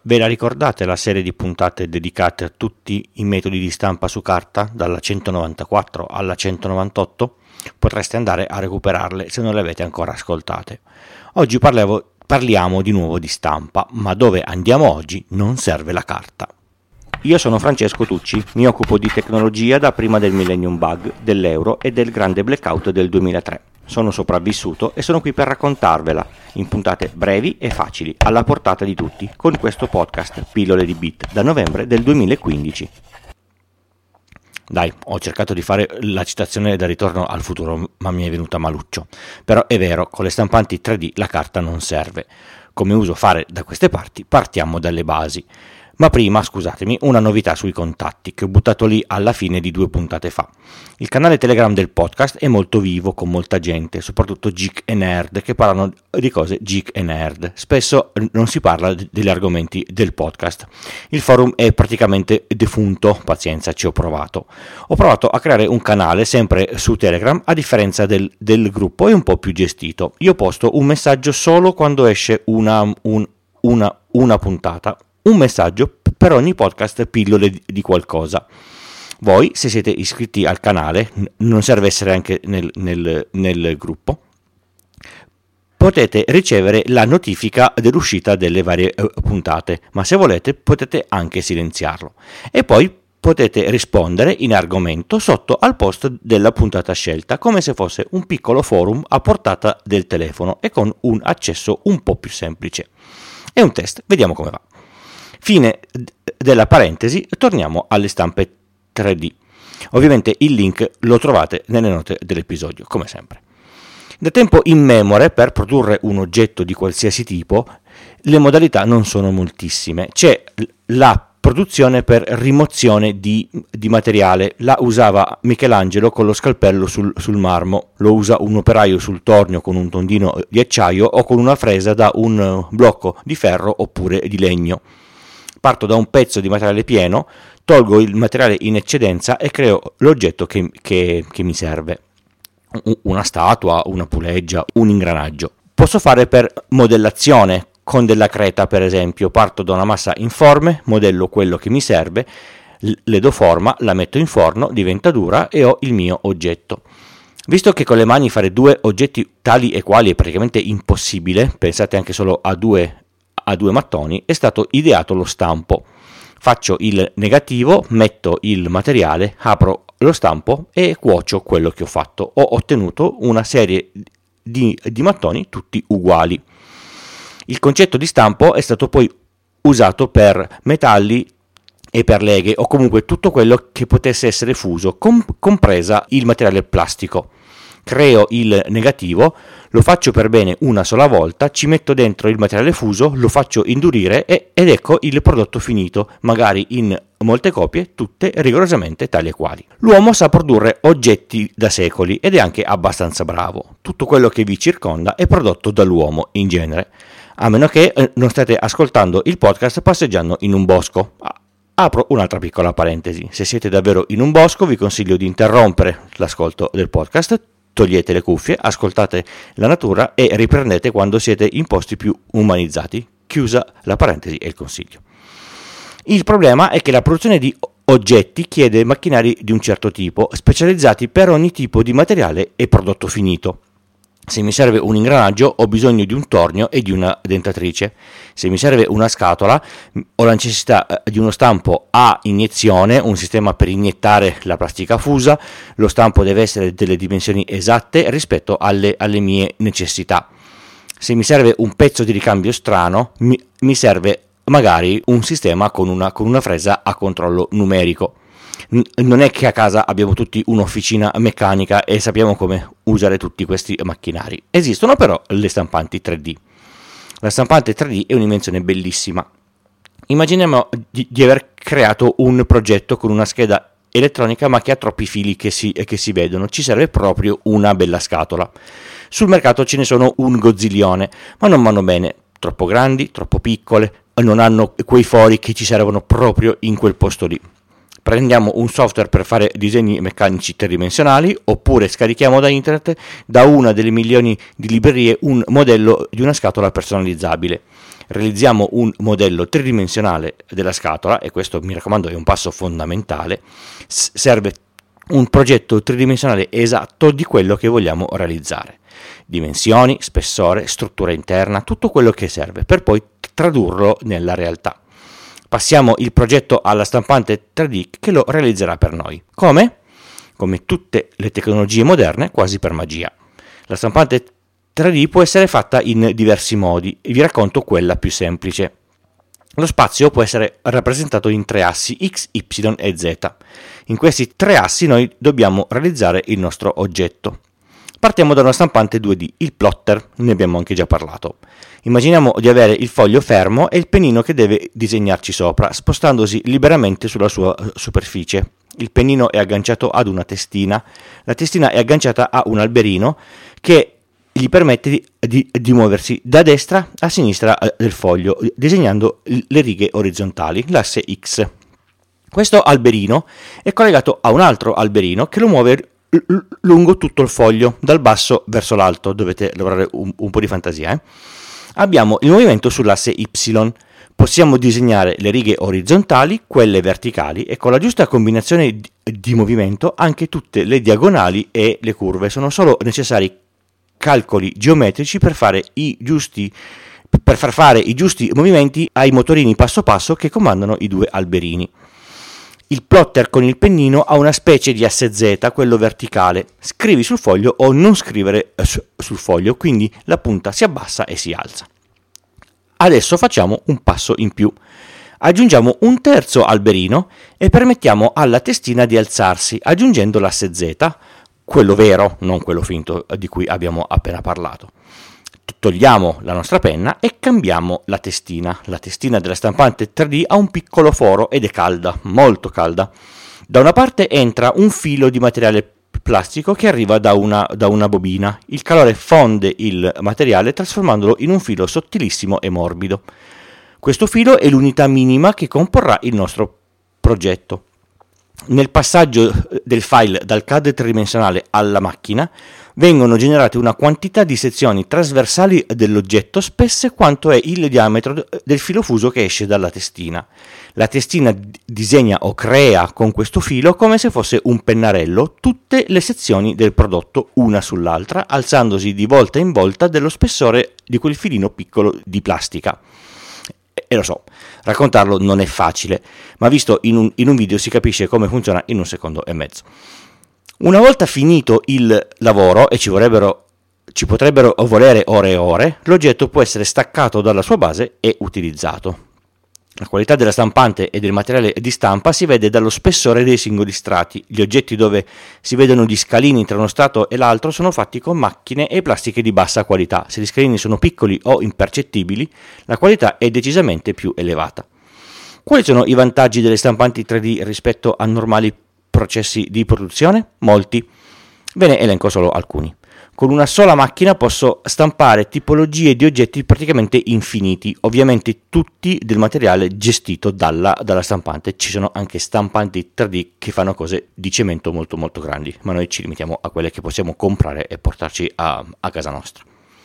Ve la ricordate la serie di puntate dedicate a tutti i metodi di stampa su carta, dalla 194 alla 198? Potreste andare a recuperarle se non le avete ancora ascoltate. Oggi parliamo di nuovo di stampa, ma dove andiamo oggi non serve la carta. Io sono Francesco Tucci, mi occupo di tecnologia da prima del Millennium Bug, dell'euro e del grande blackout del 2003. Sono sopravvissuto e sono qui per raccontarvela, in puntate brevi e facili, alla portata di tutti, con questo podcast Pillole di Bit, da novembre del 2015. Dai, ho cercato di fare la citazione da Ritorno al futuro, ma mi è venuta maluccio. Però è vero, con le stampanti 3D la carta non serve. Come uso fare da queste parti, partiamo dalle basi. Ma prima, scusatemi, una novità sui contatti che ho buttato lì alla fine di 2 puntate fa. Il canale Telegram del podcast è molto vivo, con molta gente, soprattutto geek e nerd, che parlano di cose geek e nerd. Spesso non si parla degli argomenti del podcast. Il forum è praticamente defunto, pazienza, ci ho provato. Ho provato a creare un canale sempre su Telegram, a differenza del gruppo, è un po' più gestito. Io posto un messaggio solo quando esce una puntata. Un messaggio per ogni podcast pillole di qualcosa. Voi, se siete iscritti al canale, non serve essere anche nel gruppo, potete ricevere la notifica dell'uscita delle varie puntate, ma se volete potete anche silenziarlo. E poi potete rispondere in argomento sotto al post della puntata scelta, come se fosse un piccolo forum a portata del telefono e con un accesso un po' più semplice. È un test, vediamo come va. Fine della parentesi, torniamo alle stampe 3D. Ovviamente il link lo trovate nelle note dell'episodio, come sempre. Da tempo immemore, per produrre un oggetto di qualsiasi tipo, le modalità non sono moltissime. C'è la produzione per rimozione di materiale, la usava Michelangelo con lo scalpello sul marmo, lo usa un operaio sul tornio con un tondino di acciaio o con una fresa da un blocco di ferro oppure di legno. Parto da un pezzo di materiale pieno, tolgo il materiale in eccedenza e creo l'oggetto che mi serve. Una statua, una puleggia, un ingranaggio. Posso fare per modellazione con della creta, per esempio. Parto da una massa informe, modello quello che mi serve, le do forma, la metto in forno, diventa dura e ho il mio oggetto. Visto che con le mani fare 2 oggetti tali e quali è praticamente impossibile, pensate anche solo a due mattoni, è stato ideato lo stampo. Faccio il negativo, metto il materiale, apro lo stampo e cuocio quello che ho fatto. Ho ottenuto una serie di mattoni tutti uguali. Il concetto di stampo è stato poi usato per metalli e per leghe o comunque tutto quello che potesse essere fuso, compresa il materiale plastico. Creo il negativo, lo faccio per bene una sola volta, ci metto dentro il materiale fuso, lo faccio indurire ed ecco il prodotto finito, magari in molte copie, tutte rigorosamente tali e quali. L'uomo sa produrre oggetti da secoli ed è anche abbastanza bravo. Tutto quello che vi circonda è prodotto dall'uomo in genere, a meno che non state ascoltando il podcast passeggiando in un bosco. Apro un'altra piccola parentesi. Se siete davvero in un bosco vi consiglio di interrompere l'ascolto del podcast, togliete le cuffie, ascoltate la natura e riprendete quando siete in posti più umanizzati. Chiusa la parentesi e il consiglio. Il problema è che la produzione di oggetti chiede macchinari di un certo tipo, specializzati per ogni tipo di materiale e prodotto finito. Se mi serve un ingranaggio ho bisogno di un tornio e di una dentatrice. Se mi serve una scatola ho la necessità di uno stampo a iniezione, un sistema per iniettare la plastica fusa. Lo stampo deve essere delle dimensioni esatte rispetto alle mie necessità. Se mi serve un pezzo di ricambio strano mi serve magari un sistema con una fresa a controllo numerico. Non è che a casa abbiamo tutti un'officina meccanica e sappiamo come usare tutti questi macchinari. Esistono però le stampanti 3D. La stampante 3D è un'invenzione bellissima. Immaginiamo di aver creato un progetto con una scheda elettronica ma che ha troppi fili che si vedono. Ci serve proprio una bella scatola. Sul mercato ce ne sono un gozzilione, ma non vanno bene. Troppo grandi, troppo piccole, non hanno quei fori che ci servono proprio in quel posto lì. Prendiamo un software per fare disegni meccanici tridimensionali oppure scarichiamo da internet, da una delle milioni di librerie, un modello di una scatola personalizzabile. realizziamo un modello tridimensionale della scatola, e questo, mi raccomando, è un passo fondamentale. Serve un progetto tridimensionale esatto di quello che vogliamo realizzare. Dimensioni, spessore, struttura interna, tutto quello che serve per poi tradurlo nella realtà. Passiamo il progetto alla stampante 3D che lo realizzerà per noi. Come? Come tutte le tecnologie moderne, quasi per magia. La stampante 3D può essere fatta in diversi modi e vi racconto quella più semplice. Lo spazio può essere rappresentato in 3 assi X, Y e Z. In questi 3 assi noi dobbiamo realizzare il nostro oggetto. Partiamo da una stampante 2D, il plotter, ne abbiamo anche già parlato. Immaginiamo di avere il foglio fermo e il pennino che deve disegnarci sopra, spostandosi liberamente sulla sua superficie. Il pennino è agganciato ad una testina, la testina è agganciata a un alberino che gli permette di muoversi da destra a sinistra del foglio, disegnando le righe orizzontali, l'asse X. Questo alberino è collegato a un altro alberino che lo muove lungo tutto il foglio, dal basso verso l'alto. Dovete lavorare un po' di fantasia. Abbiamo il movimento sull'asse Y. Possiamo disegnare le righe orizzontali, quelle verticali, e con la giusta combinazione di movimento anche tutte le diagonali e le curve. Sono solo necessari calcoli geometrici per far fare i giusti movimenti ai motorini passo passo che comandano i 2 alberini. Il plotter con il pennino ha una specie di asse Z, quello verticale. Scrivi sul foglio o non scrivere sul foglio, quindi la punta si abbassa e si alza. Adesso facciamo un passo in più. Aggiungiamo un terzo alberino e permettiamo alla testina di alzarsi, aggiungendo l'asse Z, quello vero, non quello finto di cui abbiamo appena parlato. Togliamo la nostra penna e cambiamo la testina. La testina della stampante 3D ha un piccolo foro ed è calda, molto calda. Da una parte entra un filo di materiale plastico che arriva da una bobina. Il calore fonde il materiale trasformandolo in un filo sottilissimo e morbido. Questo filo è l'unità minima che comporrà il nostro progetto. Nel passaggio del file dal CAD tridimensionale alla macchina vengono generate una quantità di sezioni trasversali dell'oggetto spesse quanto è il diametro del filo fuso che esce dalla testina. La testina disegna o crea con questo filo, come se fosse un pennarello, tutte le sezioni del prodotto una sull'altra, alzandosi di volta in volta dello spessore di quel filino piccolo di plastica. E lo so, raccontarlo non è facile, ma visto in un video si capisce come funziona in 1 secondo e mezzo. Una volta finito il lavoro, e ci potrebbero volere ore e ore, l'oggetto può essere staccato dalla sua base e utilizzato. La qualità della stampante e del materiale di stampa si vede dallo spessore dei singoli strati. Gli oggetti dove si vedono gli scalini tra uno strato e l'altro sono fatti con macchine e plastiche di bassa qualità. Se gli scalini sono piccoli o impercettibili, la qualità è decisamente più elevata. Quali sono i vantaggi delle stampanti 3D rispetto a normali processi di produzione? Molti. Ve ne elenco solo alcuni. Con una sola macchina posso stampare tipologie di oggetti praticamente infiniti, ovviamente tutti del materiale gestito dalla stampante. Ci sono anche stampanti 3D che fanno cose di cemento molto molto grandi, ma noi ci limitiamo a quelle che possiamo comprare e portarci a casa nostra.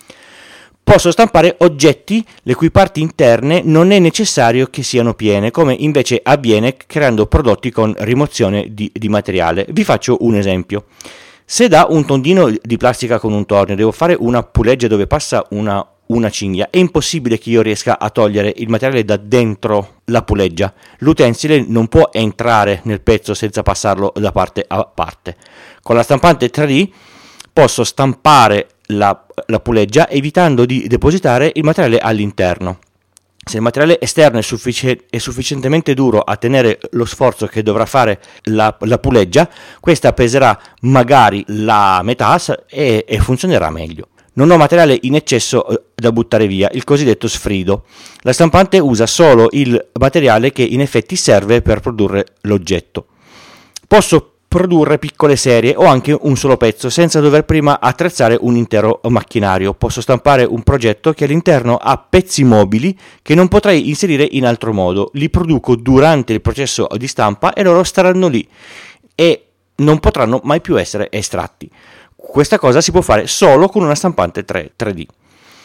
Posso stampare oggetti le cui parti interne non è necessario che siano piene, come invece avviene creando prodotti con rimozione di materiale. Vi faccio un esempio. Se da un tondino di plastica con un tornio devo fare una puleggia dove passa una cinghia, è impossibile che io riesca a togliere il materiale da dentro la puleggia. L'utensile non può entrare nel pezzo senza passarlo da parte a parte. Con la stampante 3D posso stampare la puleggia evitando di depositare il materiale all'interno. Se il materiale esterno è sufficientemente duro a tenere lo sforzo che dovrà fare la puleggia, questa peserà magari la metà e funzionerà meglio. Non ho materiale in eccesso da buttare via, il cosiddetto sfrido. La stampante usa solo il materiale che in effetti serve per produrre l'oggetto. Posso produrre piccole serie o anche un solo pezzo senza dover prima attrezzare un intero macchinario. Posso stampare un progetto che all'interno ha pezzi mobili che non potrei inserire in altro modo. Li produco durante il processo di stampa e loro staranno lì e non potranno mai più essere estratti. Questa cosa si può fare solo con una stampante 3D.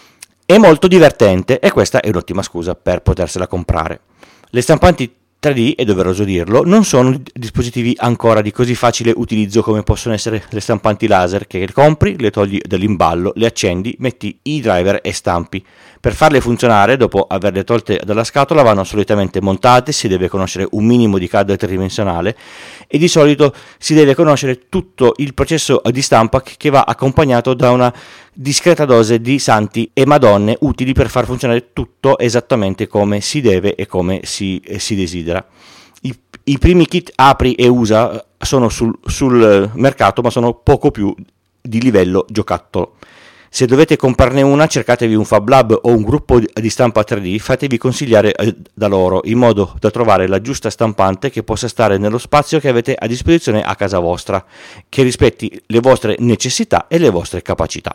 È molto divertente e questa è un'ottima scusa per potersela comprare. Le stampanti 3D, è doveroso dirlo, non sono dispositivi ancora di così facile utilizzo come possono essere le stampanti laser, che le compri, le togli dall'imballo, le accendi, metti i driver e stampi. Per farle funzionare, dopo averle tolte dalla scatola, vanno solitamente montate, si deve conoscere un minimo di CAD tridimensionale e di solito si deve conoscere tutto il processo di stampa che va accompagnato da una discreta dose di santi e madonne utili per far funzionare tutto esattamente come si deve e come si desidera. I primi kit apri e usa sono sul mercato, ma sono poco più di livello giocattolo. Se dovete comprarne una, cercatevi un Fab Lab o un gruppo di stampa 3D, fatevi consigliare da loro, in modo da trovare la giusta stampante che possa stare nello spazio che avete a disposizione a casa vostra, che rispetti le vostre necessità e le vostre capacità.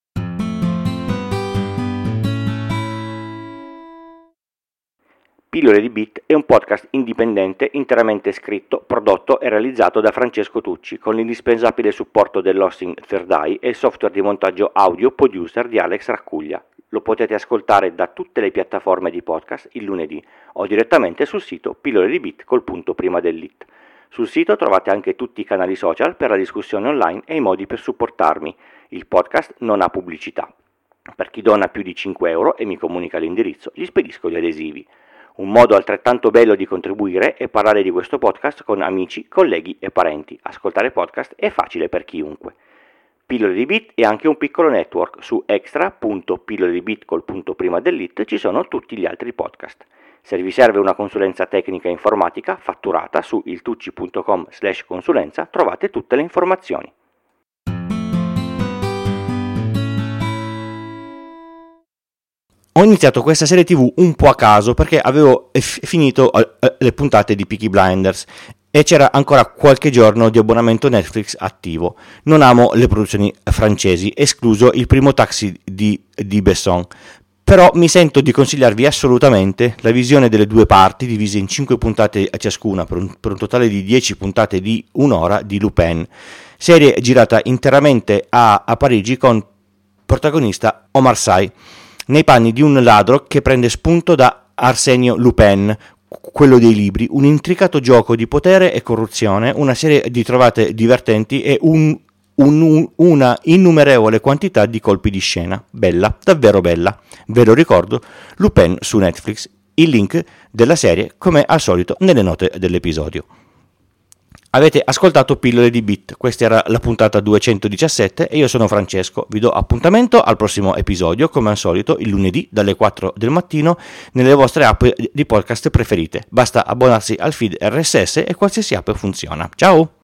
Pillole di Bit è un podcast indipendente interamente scritto, prodotto e realizzato da Francesco Tucci con l'indispensabile supporto dell'hosting Third Eye e il software di montaggio audio Producer di Alex Raccuglia. Lo potete ascoltare da tutte le piattaforme di podcast il lunedì o direttamente sul sito Pillole di Bit col punto prima dell'it. Sul sito trovate anche tutti i canali social per la discussione online e i modi per supportarmi. Il podcast non ha pubblicità. Per chi dona più di 5 euro e mi comunica l'indirizzo, gli spedisco gli adesivi. Un modo altrettanto bello di contribuire è parlare di questo podcast con amici, colleghi e parenti. Ascoltare podcast è facile per chiunque. Pillole di Bit è anche un piccolo network. Su extra.pilloledibit col punto prima dell'it ci sono tutti gli altri podcast. Se vi serve una consulenza tecnica informatica fatturata su iltucci.com/consulenza trovate tutte le informazioni. Ho iniziato questa serie TV un po' a caso perché avevo finito le puntate di Peaky Blinders e c'era ancora qualche giorno di abbonamento Netflix attivo. Non amo le produzioni francesi, escluso il primo Taxi di Besson, però mi sento di consigliarvi assolutamente la visione delle due parti divise in 5 puntate ciascuna per un totale di 10 puntate di un'ora di Lupin, serie girata interamente a Parigi con protagonista Omar Sy, nei panni di un ladro che prende spunto da Arsenio Lupin, quello dei libri, un intricato gioco di potere e corruzione, una serie di trovate divertenti e una innumerevole quantità di colpi di scena. Bella, davvero bella. Ve lo ricordo, Lupin su Netflix, il link della serie come al solito nelle note dell'episodio. Avete ascoltato Pillole di Bit, questa era la puntata 217 e io sono Francesco. Vi do appuntamento al prossimo episodio, come al solito, il lunedì dalle 4 del mattino nelle vostre app di podcast preferite. Basta abbonarsi al feed RSS e qualsiasi app funziona. Ciao!